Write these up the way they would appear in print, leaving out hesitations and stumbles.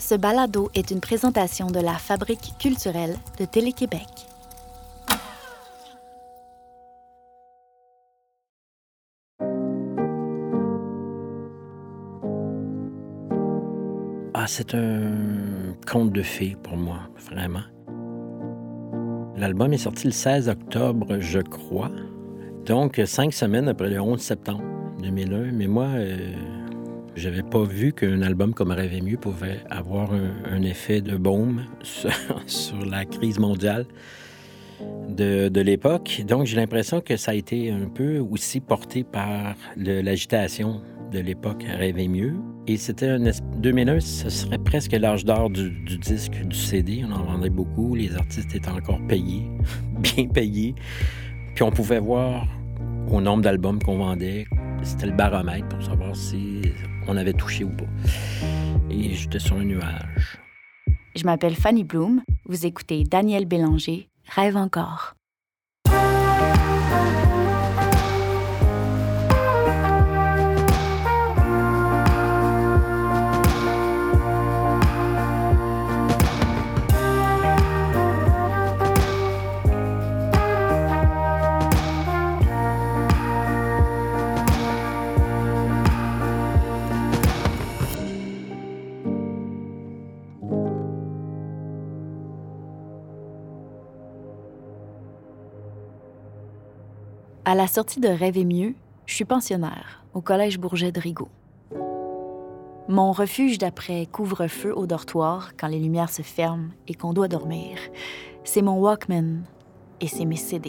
Ce balado est une présentation de la Fabrique culturelle de Télé-Québec. C'est un conte de fées pour moi, vraiment. L'album est sorti le 16 octobre, je crois. Donc, 5 semaines après le 11 septembre 2001. Mais moi, j'avais pas vu qu'un album comme Rêver mieux pouvait avoir un effet de baume sur la crise mondiale de l'époque. Donc, j'ai l'impression que ça a été un peu aussi porté par l'agitation de l'époque Rêver mieux. Et c'était 2001, ce serait presque l'âge d'or du disque, du CD. On en vendait beaucoup. Les artistes étaient encore payés, bien payés. Puis on pouvait voir au nombre d'albums qu'on vendait. C'était le baromètre pour savoir si on avait touché ou pas. Et j'étais sur un nuage. Je m'appelle Fanny Bloom. Vous écoutez Daniel Bélanger, Rêve encore. À la sortie de Rêver mieux, je suis pensionnaire au Collège Bourget de Rigaud. Mon refuge d'après couvre-feu au dortoir quand les lumières se ferment et qu'on doit dormir, c'est mon Walkman et c'est mes CD.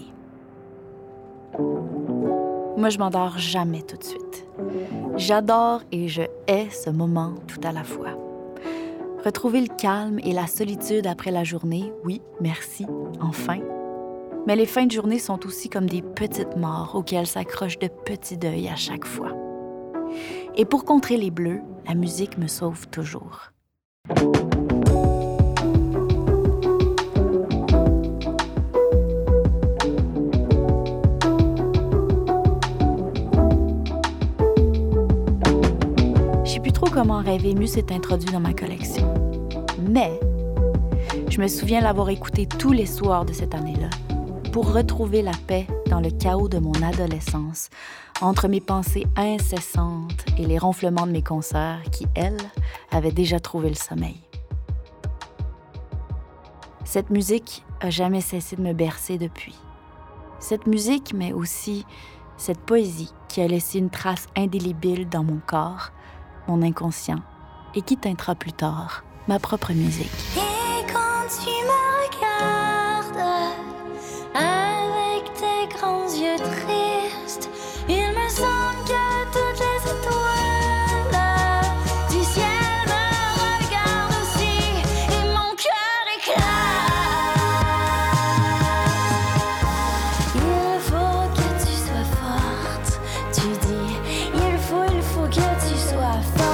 Moi, je m'endors jamais tout de suite. J'adore et je hais ce moment tout à la fois. Retrouver le calme et la solitude après la journée, oui, merci, enfin. Mais les fins de journée sont aussi comme des petites morts auxquelles s'accrochent de petits deuils à chaque fois. Et pour contrer les bleus, la musique me sauve toujours. Je sais plus trop comment Rêver mieux s'est introduit dans ma collection. Mais je me souviens l'avoir écouté tous les soirs de cette année-là, pour retrouver la paix dans le chaos de mon adolescence, entre mes pensées incessantes et les ronflements de mes consoeurs qui, elles, avaient déjà trouvé le sommeil. Cette musique a jamais cessé de me bercer depuis. Cette musique, mais aussi cette poésie qui a laissé une trace indélébile dans mon corps, mon inconscient, et qui teintera plus tard ma propre musique. Et quand tu me regardes avec tes grands yeux tristes, il me semble que toutes les étoiles du ciel me regardent aussi, et mon cœur éclate. Il faut que tu sois forte, tu dis, il faut que tu sois forte.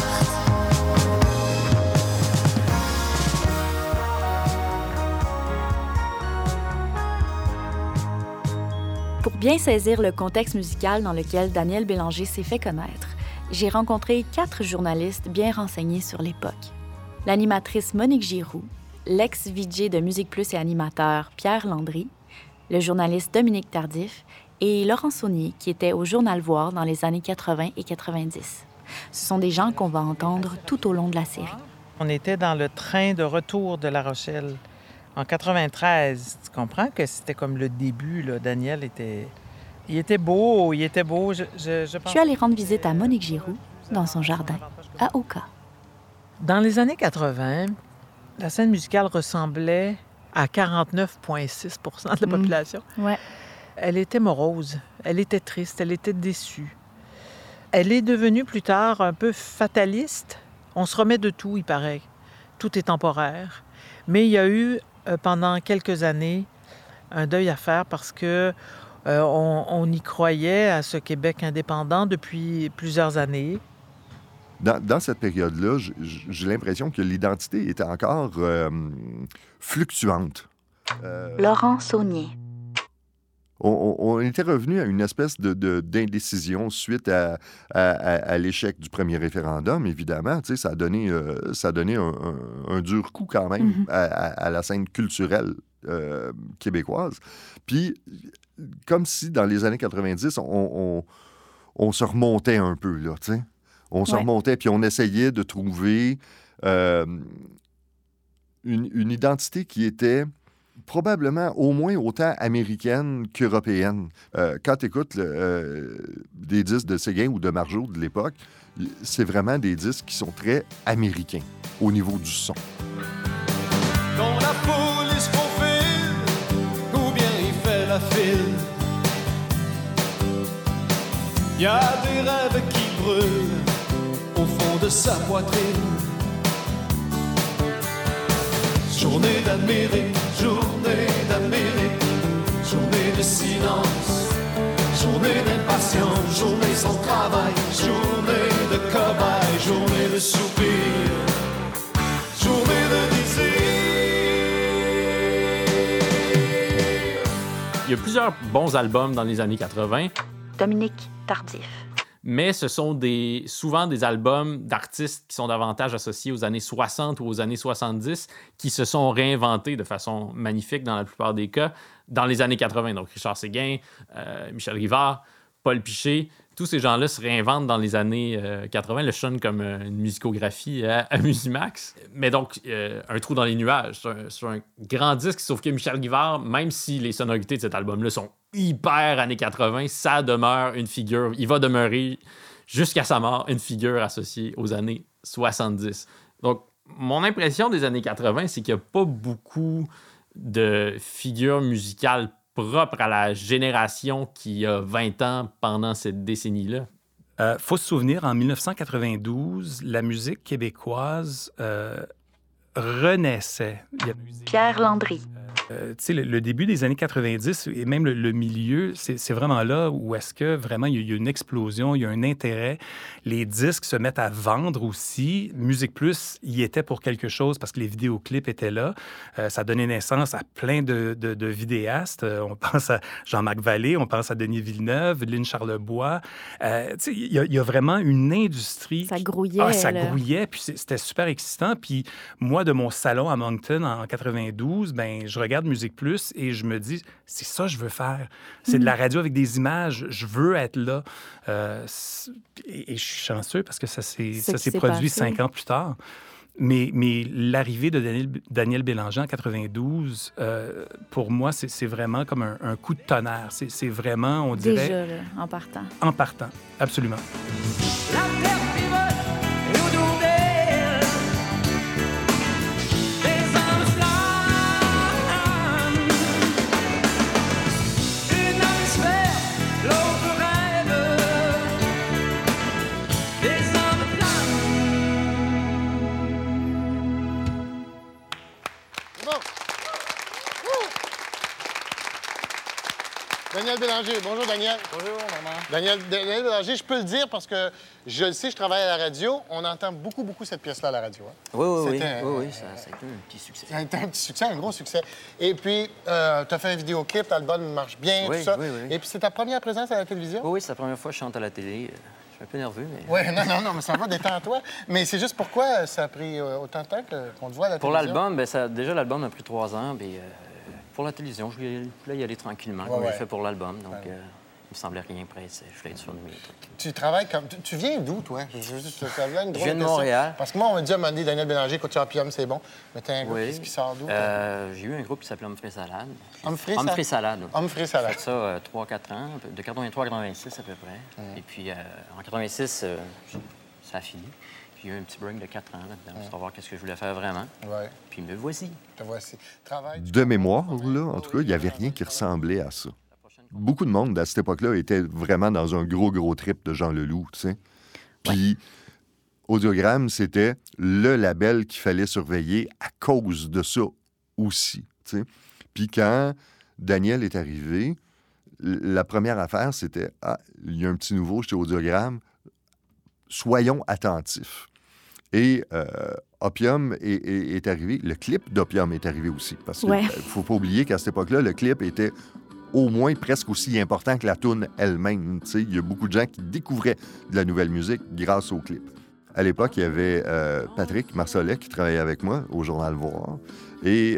Pour bien saisir le contexte musical dans lequel Daniel Bélanger s'est fait connaître, j'ai rencontré 4 journalistes bien renseignés sur l'époque. L'animatrice Monique Giroux, l'ex-VJ de Musique Plus et animateur Pierre Landry, le journaliste Dominique Tardif et Laurent Saunier, qui était au Journal Voir dans les années 80 et 90. Ce sont des gens qu'on va entendre tout au long de la série. On était dans le train de retour de La Rochelle en 93. Tu comprends que c'était comme le début, là. Daniel était... Il était beau. Je Je suis allée rendre visite à Monique Giroux dans son jardin, à Oka. Dans les années 80, la scène musicale ressemblait à 49,6 % de la population. Ouais. Elle était morose, elle était triste, elle était déçue. Elle est devenue plus tard un peu fataliste. On se remet de tout, il paraît. Tout est temporaire. Mais il y a eu, pendant quelques années, un deuil à faire parce que on y croyait à ce Québec indépendant depuis plusieurs années. Dans cette période-là, j'ai l'impression que l'identité était encore fluctuante. Laurent Saunier. on était revenu à une espèce d'indécision suite à l'échec du premier référendum, évidemment. Tu sais, ça a donné un dur coup quand même à la scène culturelle québécoise. Puis, comme si dans les années 90, on se remontait un peu, là, tu sais. On se remontait, puis on essayait de trouver une identité qui était probablement au moins autant américaine qu'européenne. Quand tu écoutes des disques de Séguin ou de Margeau de l'époque, c'est vraiment des disques qui sont très américains au niveau du son. Quand la police profile ou bien il fait la file, y a des rêves qui brûlent au fond de sa poitrine. Journée d'Amérique, journée d'Amérique, journée de silence, journée d'impatience, journée sans travail, journée de cobaye, journée de soupir, journée de désir. Il y a plusieurs bons albums dans les années 80. Dominique Tardif. Mais ce sont souvent des albums d'artistes qui sont davantage associés aux années 60 ou aux années 70 qui se sont réinventés de façon magnifique dans la plupart des cas dans les années 80. Donc Richard Séguin, Michel Rivard, Paul Piché, tous ces gens-là se réinventent dans les années 80, le sonne comme une musicographie à Musimax. Mais donc, un trou dans les nuages, sur un grand disque, sauf que Michel Rivard, même si les sonorités de cet album-là sont hyper années 80, ça demeure une figure, il va demeurer jusqu'à sa mort une figure associée aux années 70. Donc, mon impression des années 80, c'est qu'il n'y a pas beaucoup de figures musicales propres à la génération qui a 20 ans pendant cette décennie-là. Faut se souvenir, en 1992, la musique québécoise renaissait. Pierre Landry. Tu sais, le début des années 90 et même le milieu, c'est vraiment là où est-ce que vraiment il y a une explosion, il y a un intérêt. Les disques se mettent à vendre aussi. Musique Plus y était pour quelque chose parce que les vidéoclips étaient là. Ça donnait naissance à plein de vidéastes. On pense à Jean-Marc Vallée, on pense à Denis Villeneuve, Lynn Charlebois. Tu sais, il y a vraiment une industrie. Ça grouillait. Ça grouillait, puis c'était super excitant. Puis moi, de mon salon à Moncton en 92, ben je regarde Musique Plus et je me dis, c'est ça que je veux faire. C'est de la radio avec des images. Je veux être là. Et je suis chanceux parce que ça s'est produit 5 ans plus tard. Mais l'arrivée de Daniel Bélanger en 92, pour moi, c'est vraiment comme un coup de tonnerre. C'est vraiment, on dirait... Déjà, là, en partant. En partant, absolument. La terre pivote et autour d'elle, des âmes flammes. Une âme espère, l'autre rêve, des âmes flammes. Bon. Daniel Bélanger. Bonjour, Daniel. Bonjour, maman. Daniel Bélanger, je peux le dire parce que je le sais, je travaille à la radio. On entend beaucoup cette pièce-là à la radio. Hein? Oui, ça a été un petit succès. Ça a été un petit succès, un gros succès. Et puis, tu as fait un vidéoclip, l'album marche bien, tout ça. Oui. Et puis, c'est ta première présence à la télévision? Oui, c'est la première fois que je chante à la télé. Je suis un peu nerveux, mais... Oui, non, mais ça va, détends-toi. Mais c'est juste pourquoi ça a pris autant de temps qu'on te voit à la Pour télévision? l'album, déjà, l'album a pris 3 ans. Puis, pour la télévision, je voulais y aller tranquillement, comme j'ai fait pour l'album. Donc, il me semblait rien pressé. Je voulais être sur de mes trucs. Tu travailles comme... Tu viens d'où, toi? Je viens de Montréal. Parce que moi, on m'a dit à un moment donné, Daniel Bélanger, écoute, Pium, c'est bon. Mais t'as un groupe qui sort d'où? J'ai eu un groupe qui s'appelait Homme Frais Salade. Homme Frais Salade. Homme Frais Salade. J'ai fait ça 3-4 ans, de 83 à 86 à peu près. Et puis, en 86, ça a fini. Puis il y a eu un petit break de 4 ans là-dedans pour savoir qu'est-ce que je voulais faire vraiment. Ouais. Puis me voici. Te voici. De mémoire, là, en tout cas, il n'y avait rien qui ressemblait à ça. Beaucoup de monde, à cette époque-là, était vraiment dans un gros trip de Jean Leloup, tu sais. Puis, Audiogramme, c'était le label qu'il fallait surveiller à cause de ça aussi, tu sais. Puis quand Daniel est arrivé, la première affaire, c'était « Ah, il y a un petit nouveau chez Audiogramme, soyons attentifs. » Et Opium est arrivé. Le clip d'Opium est arrivé aussi. Parce qu'il ne faut pas oublier qu'à cette époque-là, le clip était au moins presque aussi important que la toune elle-même. Tu sais, il y a beaucoup de gens qui découvraient de la nouvelle musique grâce au clip. À l'époque, il y avait Patrick Marsollet qui travaillait avec moi au Journal Voir. Et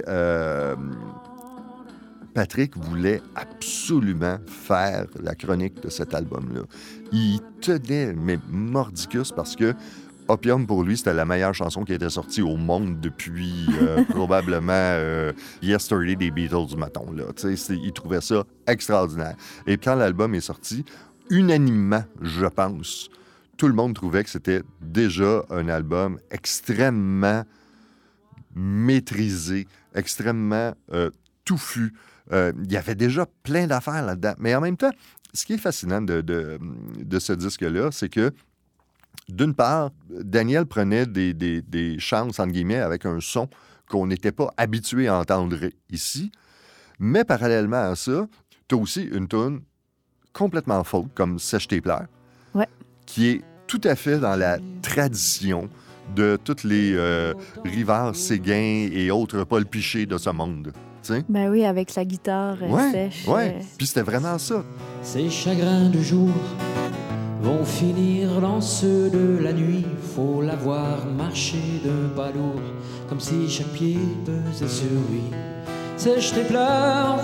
Patrick voulait absolument faire la chronique de cet album-là. Il tenait, mais mordicus, parce que Opium, pour lui, c'était la meilleure chanson qui était sortie au monde depuis probablement Yesterday des Beatles, mettons. Là. Il trouvait ça extraordinaire. Et quand l'album est sorti, unanimement, je pense, tout le monde trouvait que c'était déjà un album extrêmement maîtrisé, extrêmement touffu. Il y avait déjà plein d'affaires là-dedans. Mais en même temps, ce qui est fascinant de ce disque-là, c'est que d'une part, Daniel prenait des chances, entre guillemets, avec un son qu'on n'était pas habitué à entendre ici. Mais parallèlement à ça, tu as aussi une toune complètement folk, comme Sèche tes pleurs, qui est tout à fait dans la tradition de tous les Rivard, Séguin et autres Paul Piché de ce monde. T'sais? Ben oui, avec sa guitare sèche. Oui, puis c'était vraiment ça. Ces chagrins du jour vont finir dans ceux de la nuit. Faut la voir marcher d'un pas lourd, comme si chaque pied pesait sur lui. Sèche tes pleurs,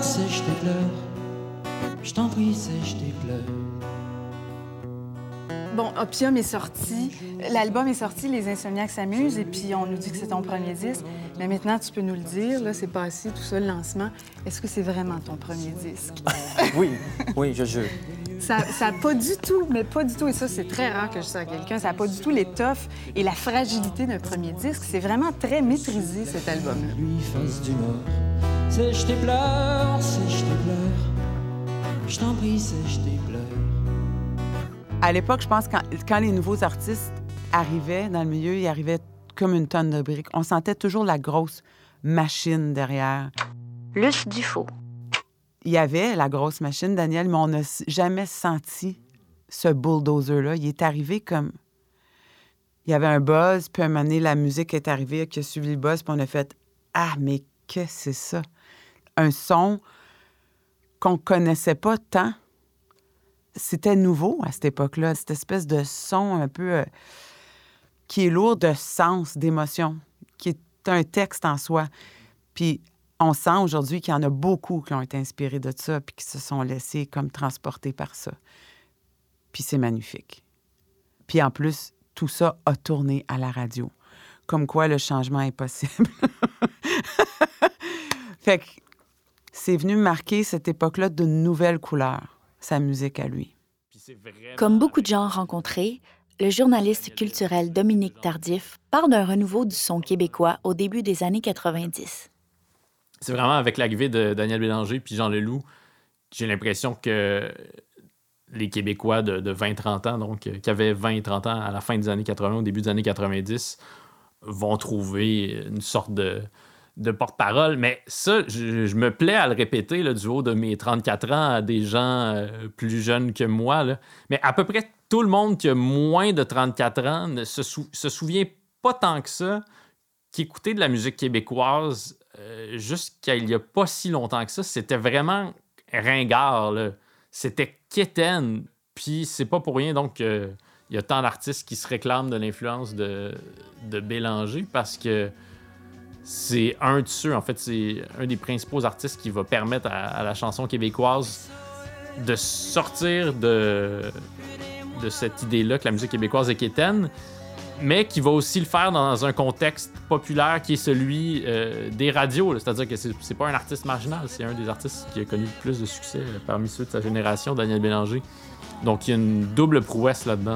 je t'en prie, sèche tes pleurs. Bon, Opium est sorti, l'album est sorti, Les Insomniaques s'amusent, et puis on nous dit que c'est ton premier disque. Mais maintenant, tu peux nous le dire, là, c'est passé, tout ça, le lancement. Est-ce que c'est vraiment ton premier disque? Oui, je jure. Ça n'a pas du tout, mais pas du tout, et ça, c'est très rare que je dise à quelqu'un, ça n'a pas du tout l'étoffe et la fragilité d'un premier disque. C'est vraiment très maîtrisé, cet album-là. Lui, face du Nord, sèche tes pleurs, je t'en prie, sèche tes pleurs. À l'époque, je pense que quand les nouveaux artistes arrivaient dans le milieu, ils arrivaient comme une tonne de briques. On sentait toujours la grosse machine derrière. Luce Dufault. Il y avait la grosse machine, Daniel, mais on n'a jamais senti ce bulldozer-là. Il est arrivé comme... Il y avait un buzz, puis à un moment donné, la musique est arrivée, qui a suivi le buzz, puis on a fait « Ah, mais qu'est-ce que c'est ça? » Un son qu'on connaissait pas tant. C'était nouveau à cette époque-là, cette espèce de son un peu qui est lourd de sens, d'émotion, qui est un texte en soi. Puis on sent aujourd'hui qu'il y en a beaucoup qui ont été inspirés de ça puis qui se sont laissés comme transporter par ça. Puis c'est magnifique. Puis en plus, tout ça a tourné à la radio. Comme quoi le changement est possible. Fait que c'est venu marquer cette époque-là d'une nouvelle couleur, sa musique à lui. Comme beaucoup de gens rencontrés, le journaliste culturel Dominique Tardif parle d'un renouveau du son québécois au début des années 90. C'est vraiment avec l'arrivée de Daniel Bélanger puis Jean Leloup, j'ai l'impression que les Québécois de 20-30 ans, donc qui avaient 20-30 ans à la fin des années 80, au début des années 90, vont trouver une sorte de porte-parole. Mais ça, je me plais à le répéter là, du haut de mes 34 ans à des gens plus jeunes que moi. Là. Mais à peu près tout le monde qui a moins de 34 ans ne se souvient pas tant que ça qu'écouter de la musique québécoise jusqu'à il n'y a pas si longtemps que ça, c'était vraiment ringard. Là. C'était quétaine. Puis c'est pas pour rien donc il y a tant d'artistes qui se réclament de l'influence de Bélanger parce que c'est un de ceux, en fait, c'est un des principaux artistes qui va permettre à la chanson québécoise de sortir de cette idée-là que la musique québécoise est quétaine, mais qui va aussi le faire dans un contexte populaire qui est celui des radios. Là. C'est-à-dire que c'est pas un artiste marginal, c'est un des artistes qui a connu le plus de succès parmi ceux de sa génération, Daniel Bélanger. Donc, il y a une double prouesse là-dedans.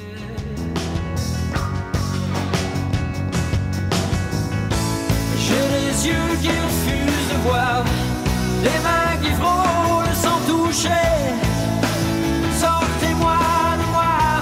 Les yeux qui refusent de voir, les mains qui frôlent sans toucher. Sortez-moi de moi.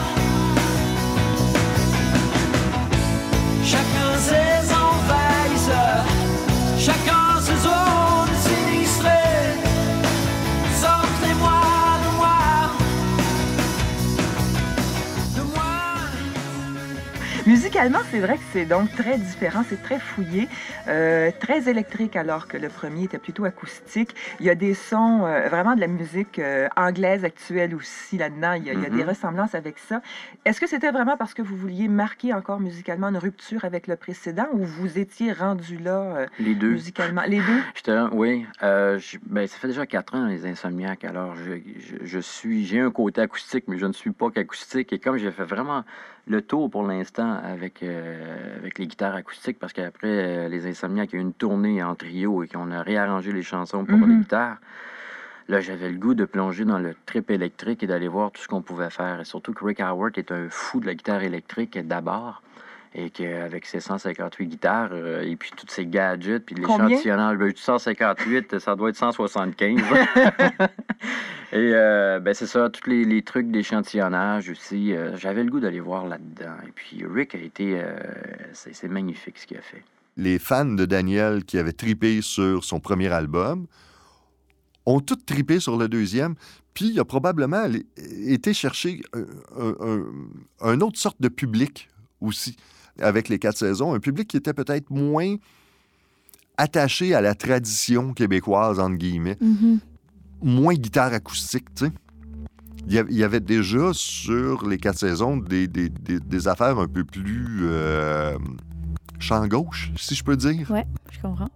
Chacun ses envahisseurs, chacun ses zones sinistrées. Sortez-moi de moi. De moi. Musicalement, c'est vrai que c'est donc très différent, c'est très fouillé, très électrique alors que le premier était plutôt acoustique. Il y a des sons, vraiment de la musique anglaise actuelle aussi là-dedans. Il y a des ressemblances avec ça. Est-ce que c'était vraiment parce que vous vouliez marquer encore musicalement une rupture avec le précédent ou vous étiez rendu là les deux. Musicalement? Les deux? Oui. Ça fait déjà 4 ans, les Insomniaques. Alors, j'ai un côté acoustique, mais je ne suis pas qu'acoustique. Et comme j'ai fait vraiment le tour pour l'instant avec les guitares acoustiques, parce qu'après les Insomniaques, il y a eu une tournée en trio et qu'on a réarrangé les chansons pour les guitares. Là, j'avais le goût de plonger dans le trip électrique et d'aller voir tout ce qu'on pouvait faire. Et surtout que Rick Howard est un fou de la guitare électrique d'abord. Et qu'avec ses 158 guitares et puis tous ces gadgets, puis l'échantillonnage, 158, ça doit être 175. Et c'est ça, tous les trucs d'échantillonnage aussi. J'avais le goût d'aller voir là-dedans. Et puis Rick a été... c'est magnifique ce qu'il a fait. Les fans de Daniel qui avaient trippé sur son premier album ont tous trippé sur le deuxième, puis il a probablement été chercher un autre sorte de public aussi, avec les 4 saisons, un public qui était peut-être moins attaché à la tradition québécoise, entre guillemets, moins guitare acoustique, tu sais. Il y avait déjà sur les 4 saisons des affaires un peu plus champ gauche, si je peux dire. Oui, je comprends.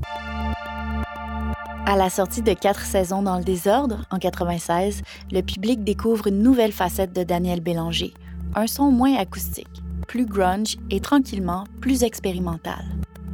À la sortie de 4 saisons dans le désordre, en 96, le public découvre une nouvelle facette de Daniel Bélanger, un son moins acoustique, plus grunge et tranquillement plus expérimental.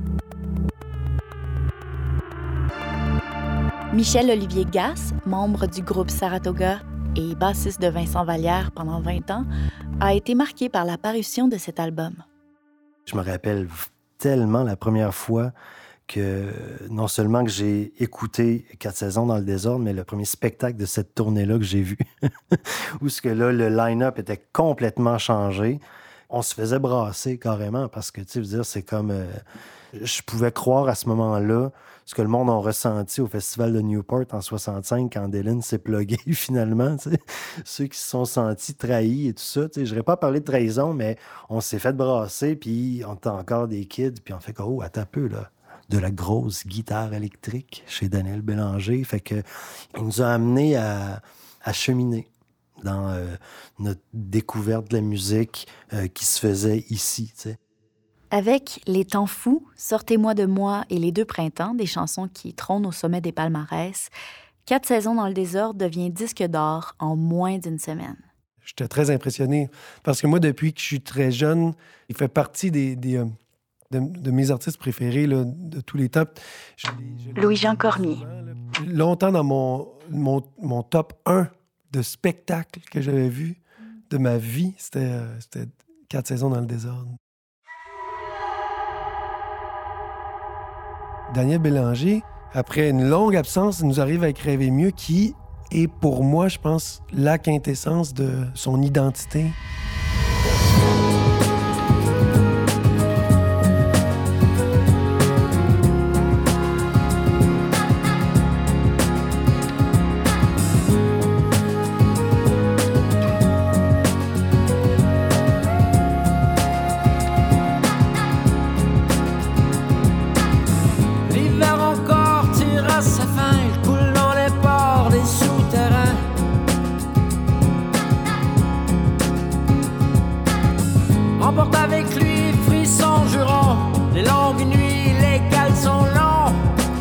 Michel-Olivier Gasse, membre du groupe Saratoga et bassiste de Vincent Vallière pendant 20 ans, a été marqué par la parution de cet album. Je me rappelle tellement la première fois que non seulement que j'ai écouté 4 saisons dans le désordre, mais le premier spectacle de cette tournée-là que j'ai vu, où ce que là, le line-up était complètement changé. On se faisait brasser carrément parce que, tu sais, dire, c'est comme... je pouvais croire à ce moment-là ce que le monde a ressenti au Festival de Newport en 65 quand Dylan s'est plugué finalement, tu sais. Ceux qui se sont sentis trahis et tout ça, tu sais. Je n'aurais pas parlé de trahison, mais on s'est fait brasser, puis on était encore des kids, puis on fait que, oh, attends un peu, là. De la grosse guitare électrique chez Daniel Bélanger. Fait que il nous a amenés à cheminer dans notre découverte de la musique qui se faisait ici, tu sais. Avec Les Temps fous, Sortez-moi de moi et Les Deux printemps, des chansons qui trônent au sommet des palmarès, 4 saisons dans le désordre devient disque d'or en moins d'1 semaine. J'étais très impressionné parce que moi, depuis que je suis très jeune, il fait partie de mes artistes préférés là, de tous les temps. Louis-Jean Cormier. Longtemps dans mon top 1 de spectacles que j'avais vu de ma vie, c'était 4 saisons dans le désordre. Daniel Bélanger, après une longue absence, nous arrive avec Rêver mieux, qui est pour moi, je pense, la quintessence de son identité. Emporte avec lui frisson jurant, les longues nuits, les caleçons longs.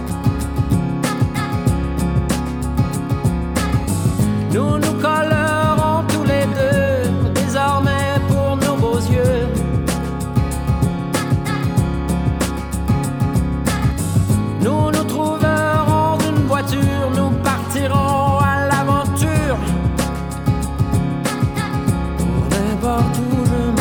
Nous nous collerons tous les deux, désormais pour nos beaux yeux. Nous nous trouverons une voiture, nous partirons à l'aventure. Pour n'importe où.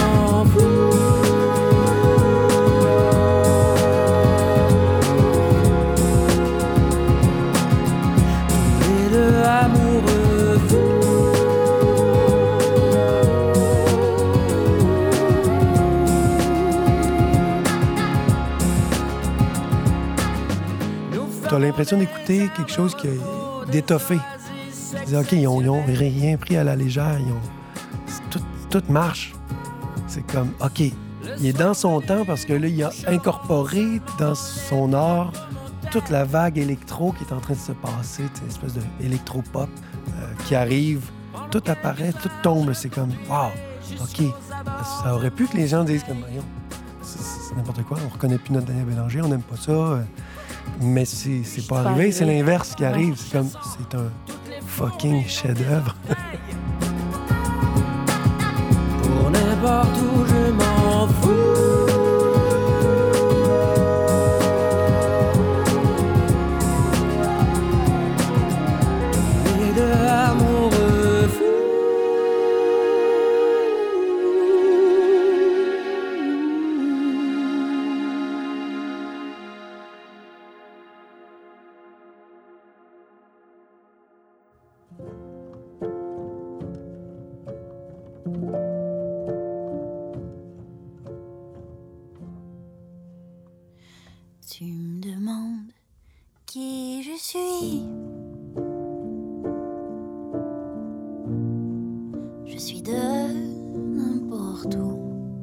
T'as l'impression d'écouter quelque chose qui est d'étoffé. Tu dis, OK, ils ont rien pris à la légère. Tout marche. C'est comme, OK, il est dans son temps parce que là, il a incorporé dans son art toute la vague électro qui est en train de se passer, une espèce d'électro-pop qui arrive, tout apparaît, tout tombe. C'est comme, wow, OK. Ça aurait pu que les gens disent comme, voyons, c'est n'importe quoi, on reconnaît plus notre Daniel Bélanger, on n'aime pas ça. Mais c'est pas arrivé, c'est l'inverse qui arrive. C'est comme, c'est un fucking chef-d'œuvre. Pour n'importe où je m'en fous. Et de amoureux fou. Tu me demandes qui je suis. Je suis de n'importe où.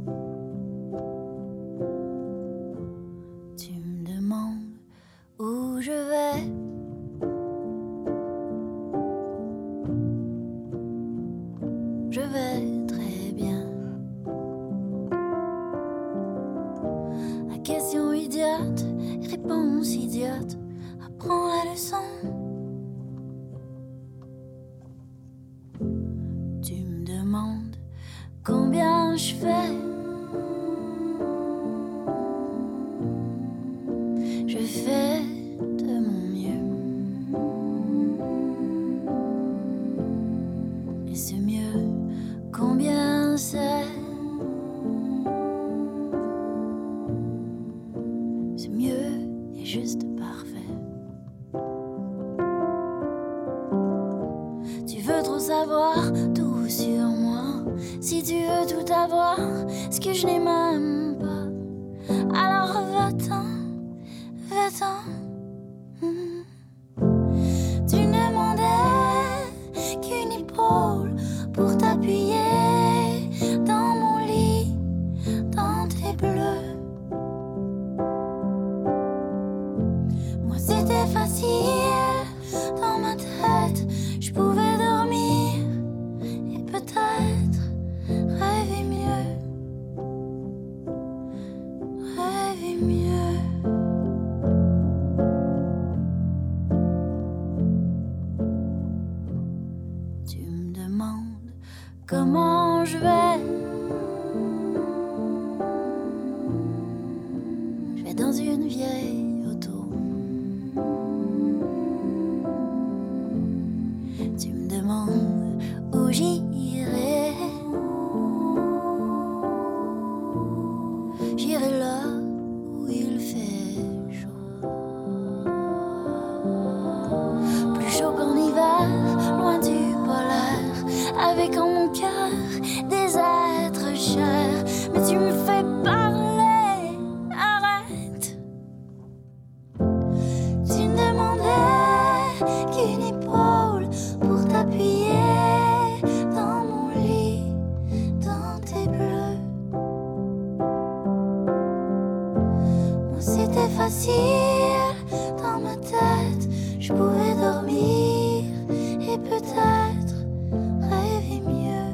Tu me demandes où je vais. Je vais très bien. À question idiote, réponse idiote, apprends la leçon. Tu me demandes combien je fais. Je fais de mon mieux. Et ce mieux, combien c'est? Ce mieux est juste parfait. Tu veux trop savoir tout sur moi. Si tu veux tout avoir, ce que je n'ai même pas, alors va-t'en, va-t'en. Tu ne demandais qu'une épaule pour t'appuyer dans mon lit, dans tes bleus. Moi c'était facile, dans ma tête, je pouvais dormir et peut-être rêver mieux, rêver mieux. Tu me demandes comment je vais. Je vais dans une vieille auto. Tu me demandes où j'irai. J'irai là où il fait chaud. Plus chaud qu'en hiver, loin du polaire, avec en mon cœur des êtres chers. Mais tu me fais parler, arrête. Tu me demandais qu'une épaule pour t'appuyer dans mon lit, dans tes bleus. Moi c'était facile, dans ma tête, je pouvais dormir et peut-être rêver mieux.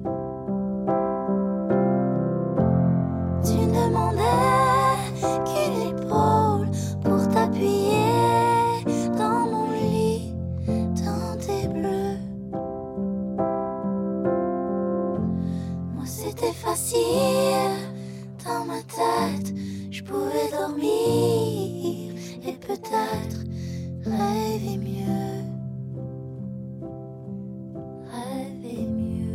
Tu me demandais qu'une épaule pour t'appuyer dans mon lit, dans tes bleus. Moi c'était facile, dans ma tête, je pouvais dormir et peut-être rêver mieux, rêver mieux.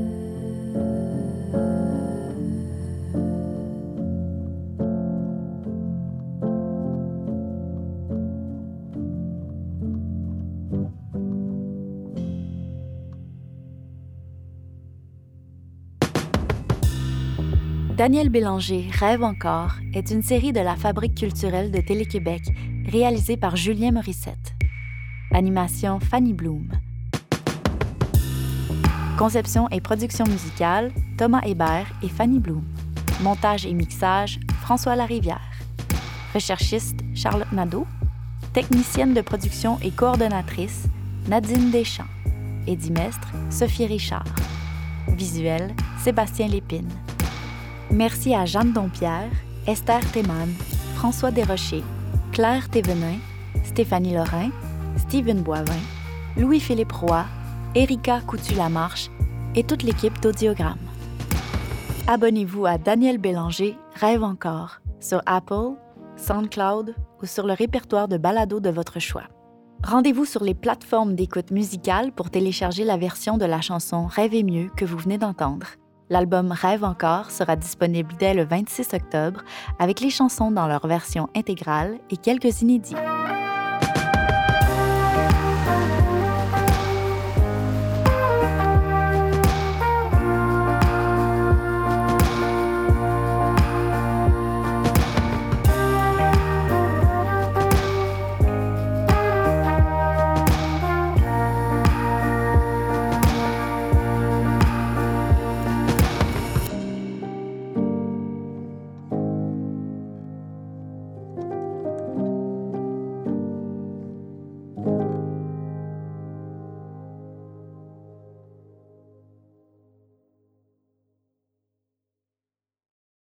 Daniel Bélanger rêve encore est une série de la Fabrique culturelle de Télé-Québec réalisée par Julien Morissette. Animation Fanny Bloom. Conception et production musicale Thomas Hébert et Fanny Bloom. Montage et mixage, François Larivière. Recherchiste, Charlotte Nadeau. Technicienne de production et coordonnatrice, Nadine Deschamps. Édimestre, Sophie Richard. Visuel, Sébastien Lépine. Merci à Jeanne Dompierre, Esther Théman, François Desrochers, Claire Thévenin, Stéphanie Lorrain, Steven Boivin, Louis-Philippe Roy, Erika Coutu-Lamarche et toute l'équipe d'Audiogramme. Abonnez-vous à Daniel Bélanger, Rêve encore, sur Apple, SoundCloud ou sur le répertoire de balado de votre choix. Rendez-vous sur les plateformes d'écoute musicale pour télécharger la version de la chanson Rêver mieux que vous venez d'entendre. L'album Rêve encore sera disponible dès le 26 octobre avec les chansons dans leur version intégrale et quelques inédits.